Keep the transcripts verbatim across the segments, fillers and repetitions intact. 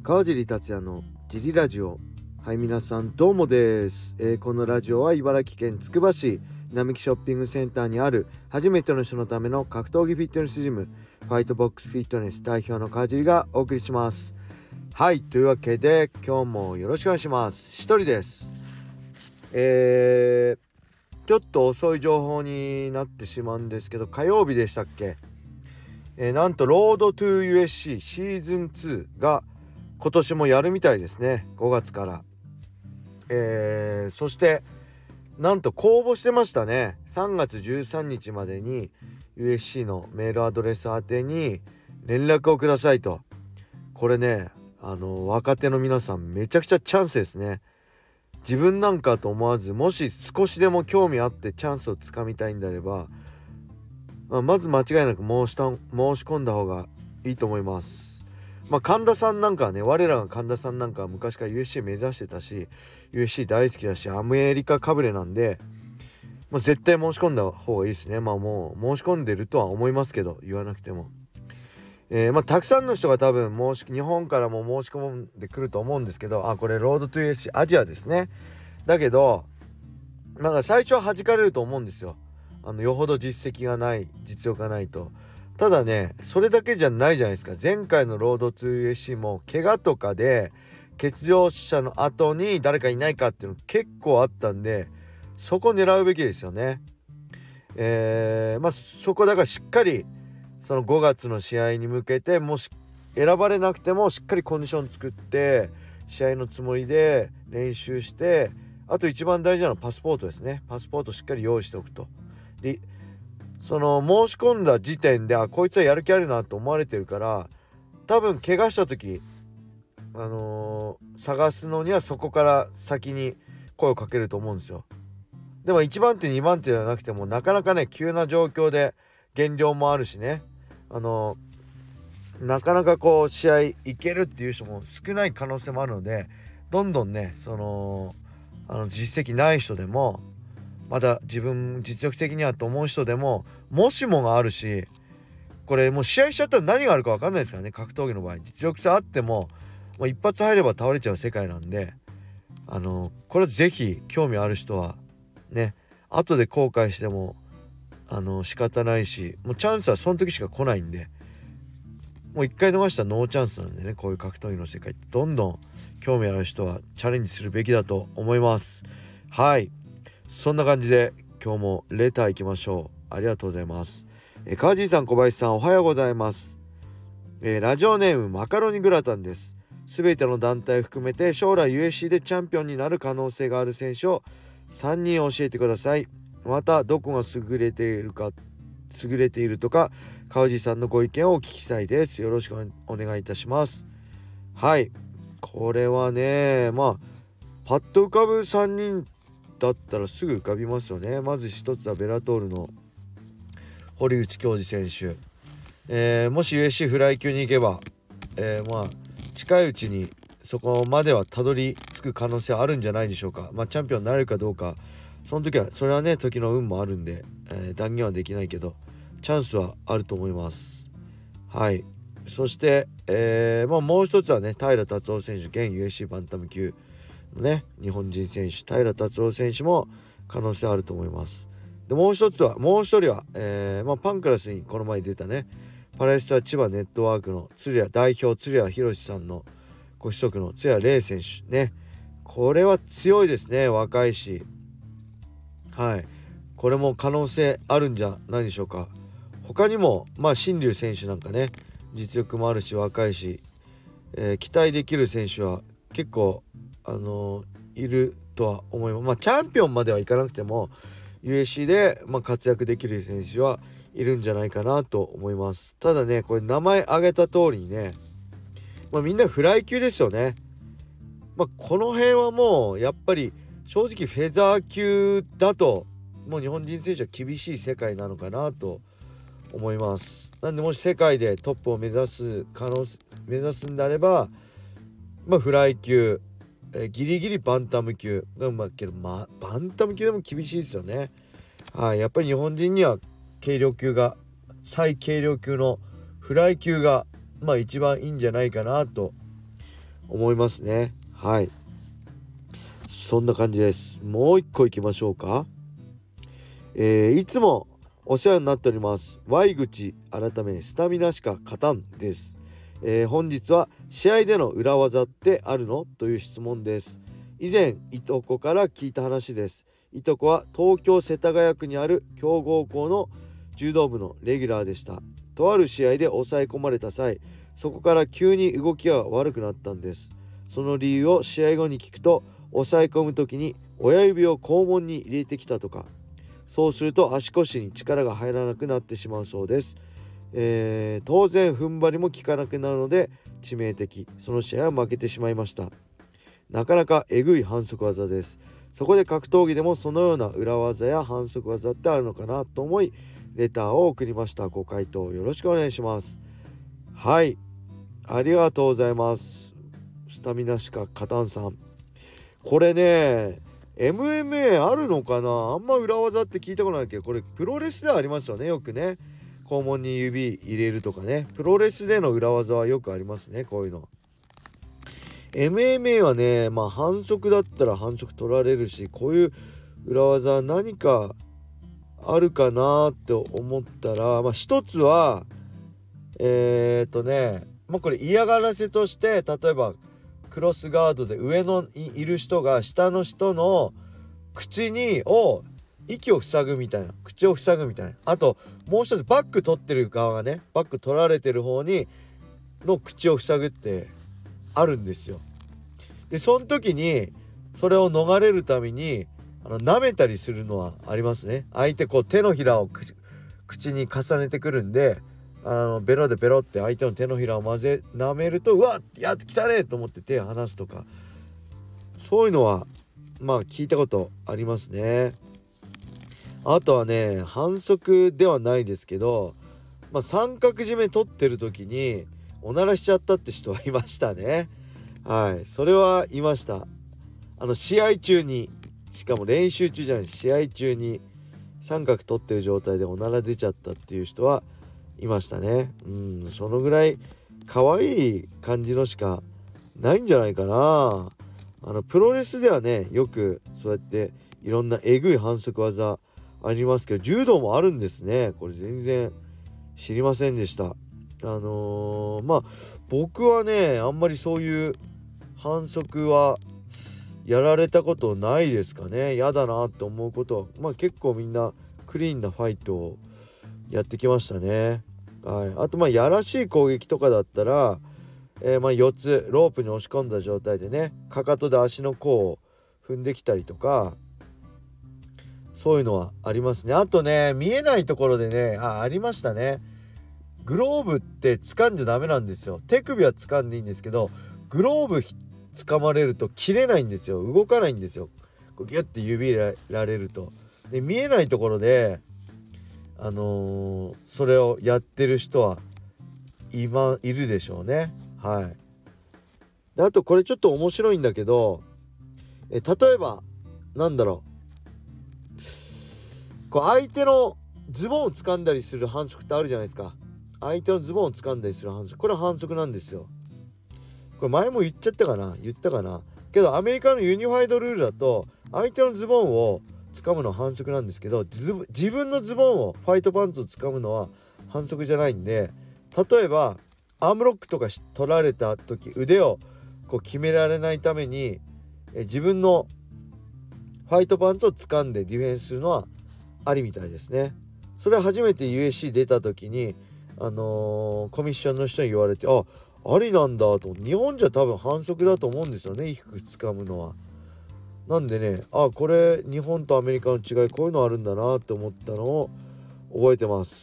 川尻達也のジリラジオ。はい、皆さんどうもです、えー、このラジオは茨城県つくば市並木ショッピングセンターにある初めての人のための格闘技フィットネスジム、ファイトボックスフィットネス代表の川尻がお送りします。はい、というわけで今日もよろしくお願いします。一人です。えー、ちょっと遅い情報になってしまうんですけど、火曜日でしたっけ、えー、なんとロードトゥ ユーエフシー シーズンツーが今年もやるみたいですね。ごがつから、えー、そしてなんと公募してましたね。さんがつじゅうさんにちまでに ユーエフシー のメールアドレス宛てに連絡をくださいと。これね、あの若手の皆さんめちゃくちゃチャンスですね。自分なんかと思わず、もし少しでも興味あってチャンスをつかみたいんであれば、まあ、まず間違いなく申した申し込んだ方がいいと思います。まあ神田さんなんかはね、我らが神田さんなんかは昔から ユーエフシー 目指してたし ユーエフシー 大好きだし、アメリカかぶれなんで、まあ、絶対申し込んだ方がいいですね。まあもう申し込んでるとは思いますけど、言わなくても、えー、まあたくさんの人が多分申し日本からも申し込んでくると思うんですけど、あこれロードトゥ ユーエフシー アジアですね。だけどなんか最初は弾かれると思うんですよ。あのよほど実績がない実力がないと。ただね、それだけじゃないじゃないですか。前回のロードトゥ ユーエフシー も怪我とかで欠場者の後に誰かいないかっていうの結構あったんで、そこ狙うべきですよね。えー、まあそこだからしっかりそのごがつの試合に向けて、もし選ばれなくてもしっかりコンディション作って試合のつもりで練習して、あと一番大事なのはパスポートですね。パスポートしっかり用意しておくと。でその申し込んだ時点で、あこいつはやる気あるなと思われてるから、多分怪我した時、あのー、探すのにはそこから先に声をかけると思うんですよ。でもいちばん手にばん手じゃなくてもなかなかね、急な状況で減量もあるしね、あのー、なかなかこう試合いけるっていう人も少ない可能性もあるので、どんどんね、そのあの実績ない人でも、まだ自分実力的にはと思う人でも、もしもがあるし、これもう試合しちゃったら何があるか分かんないですからね。格闘技の場合実力差あっても、もう一発入れば倒れちゃう世界なんで、あのこれぜひ興味ある人はね、後で後悔してもあの仕方ないし、もうチャンスはその時しか来ないんで、もう一回逃したらノーチャンスなんでね。こういう格闘技の世界ってどんどん興味ある人はチャレンジするべきだと思います。はい、そんな感じで今日もレター行きましょう。ありがとうございます。えー、川尻さん、小林さん、おはようございます。えー、ラジオネームマカロニグラタンです。すべての団体を含めて将来 ユーエフシー でチャンピオンになる可能性がある選手をさんにん教えてください。またどこが優れているか優れているとか、川尻さんのご意見をお聞きしたいです。よろしくお願いいたします。はい、これはね、まあパッと浮かぶさんにんだったらすぐ浮かびますよね。まず一つはベラトールの堀内恭司選手、えー、もし ユーエフシー フライ級に行けば、えー、まあ近いうちにそこまではたどり着く可能性はあるんじゃないでしょうか。まあチャンピオンになれるかどうか、その時はそれはね時の運もあるんで、えー、断言はできないけどチャンスはあると思います。はい、そして、えーまあ、もう一つはね平達夫選手、現 ユーエフシー バンタム級のね日本人選手、平達夫選手も可能性あると思います。でもう一つはもう一人は、えーまあ、パンクラスにこの前出たねパレスタ千葉ネットワークの鶴谷代表、鶴谷博さんのご子息の鶴谷玲選手ね。これは強いですね。若いし、はい、これも可能性あるんじゃないでしょうか。他にもまあ新竜選手なんかね実力もあるし若いし、えー、期待できる選手は結構あのー、いるとは思います。まあチャンピオンまではいかなくても ユーエフシー で、まあ、活躍できる選手はいるんじゃないかなと思います。ただね、これ名前挙げた通りにね、まあ、みんなフライ級ですよね。まあ、この辺はもうやっぱり正直フェザー級だともう日本人選手は厳しい世界なのかなと思います。なんでもし世界でトップを目指す可能性目指すんであれば、まあフライ級、えー、ギリギリバンタム級がうまいけど、まあバンタム級でも厳しいですよね。はい、やっぱり日本人には軽量級が最軽量級のフライ級がまあ一番いいんじゃないかなと思いますね。はい、そんな感じです。もう一個いきましょうか。えー、いつもお世話になっております Y 口改めスタミナしか勝たんです。えー、本日は試合での裏技ってあるのという質問です。以前いとこから聞いた話です。いとこは東京世田谷区にある強豪校の柔道部のレギュラーでした。とある試合で抑え込まれた際、そこから急に動きが悪くなったんです。その理由を試合後に聞くと、抑え込む時に親指を肛門に入れてきたとか、そうすると足腰に力が入らなくなってしまうそうです。えー、当然踏ん張りも効かなくなるので致命的。その試合は負けてしまいました。なかなかえぐい反則技です。そこで格闘技でもそのような裏技や反則技ってあるのかなと思いレターを送りました。ご回答よろしくお願いします。はい、ありがとうございます。スタミナしか勝たんさん、これね エムエムエー あるのかな。あんま裏技って聞いたことないけど、これプロレスではありますよね。よくね、肛門に指入れるとかね、プロレスでの裏技はよくありますね、こういうの。 エムエムエー はね、まあ反則だったら反則取られるし、こういう裏技何かあるかなって思ったら、まあ一つはえー、っとねまあこれ嫌がらせとして、例えばクロスガードで上の い, いる人が下の人の口にを息を塞ぐみたいな、口を塞ぐみたいな。あともう一つ、バック取ってる側がね、バック取られてる方にの口を塞ぐってあるんですよ。でその時にそれを逃れるためにあの舐めたりするのはありますね。相手こう手のひらを口に重ねてくるんで、あのベロでベロって相手の手のひらを混ぜ舐めると、うわっやってきたねと思って手を離すとか、そういうのはまあ聞いたことありますね。あとはね、反則ではないですけど、まあ、三角締め取ってる時におならしちゃったって人はいましたね。はい、それはいました。あの試合中に、しかも練習中じゃない、試合中に三角取ってる状態でおなら出ちゃったっていう人はいましたね。うん、そのぐらい可愛い感じのしかないんじゃないかな。あのプロレスではね、よくそうやっていろんなえぐい反則技ありますけど、柔道もあるんですね。これ全然知りませんでした。あのー、まあ僕はね、あんまりそういう反則はやられたことないですかね。やだなって思うことは、まあ結構みんなクリーンなファイトをやってきましたね。はい、あとまあやらしい攻撃とかだったら、えー、まあよっつロープに押し込んだ状態でね、かかとで足の甲を踏んできたりとか、そういうのはありますね。あとね、見えないところでね、あ、ありましたね。グローブって掴んじゃダメなんですよ。手首は掴んでいいんですけど、グローブ掴まれると切れないんですよ。動かないんですよ。こうギュッて指入れられると。で見えないところであのー、それをやってる人は今いるでしょうね。はい。であとこれちょっと面白いんだけど、え例えばなんだろう、こう相手のズボンを掴んだりする反則ってあるじゃないですか。相手のズボンを掴んだりする反則、これは反則なんですよ。これ前も言っちゃったかな言ったかなけど、アメリカのユニファイドルールだと相手のズボンを掴むのは反則なんですけど、自分のズボンを、ファイトパンツを掴むのは反則じゃないんで、例えばアームロックとか取られた時、腕をこう決められないためにえ自分のファイトパンツを掴んでディフェンスするのはありみたいですね。それは初めて ユーエフシー 出た時にあのー、コミッションの人に言われて、あ、ありなんだと。日本じゃ多分反則だと思うんですよね、衣服掴むのは。なんでね、あ、これ日本とアメリカの違い、こういうのあるんだなって思ったのを覚えてます。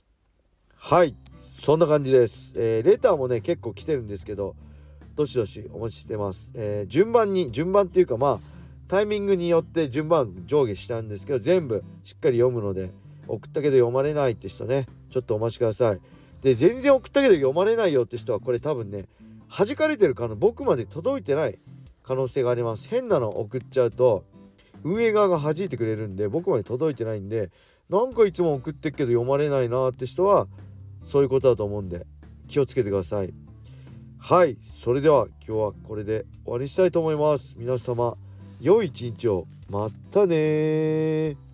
はい、そんな感じです。えー、レターもね結構来てるんですけど、どしどしお待ちしてます。えー、順番に順番っていうか、まあタイミングによって順番上下したんですけど、全部しっかり読むので、送ったけど読まれないって人ね、ちょっとお待ちください。で全然送ったけど読まれないよって人は、これ多分ね弾かれてる可能、僕まで届いてない可能性があります。変なの送っちゃうと運営側が弾いてくれるんで、僕まで届いてないんで、なんかいつも送ってっけど読まれないなって人はそういうことだと思うんで気をつけてください。 はい、それでは今日はこれで終わりにしたいと思います。皆様良い一日を。またね。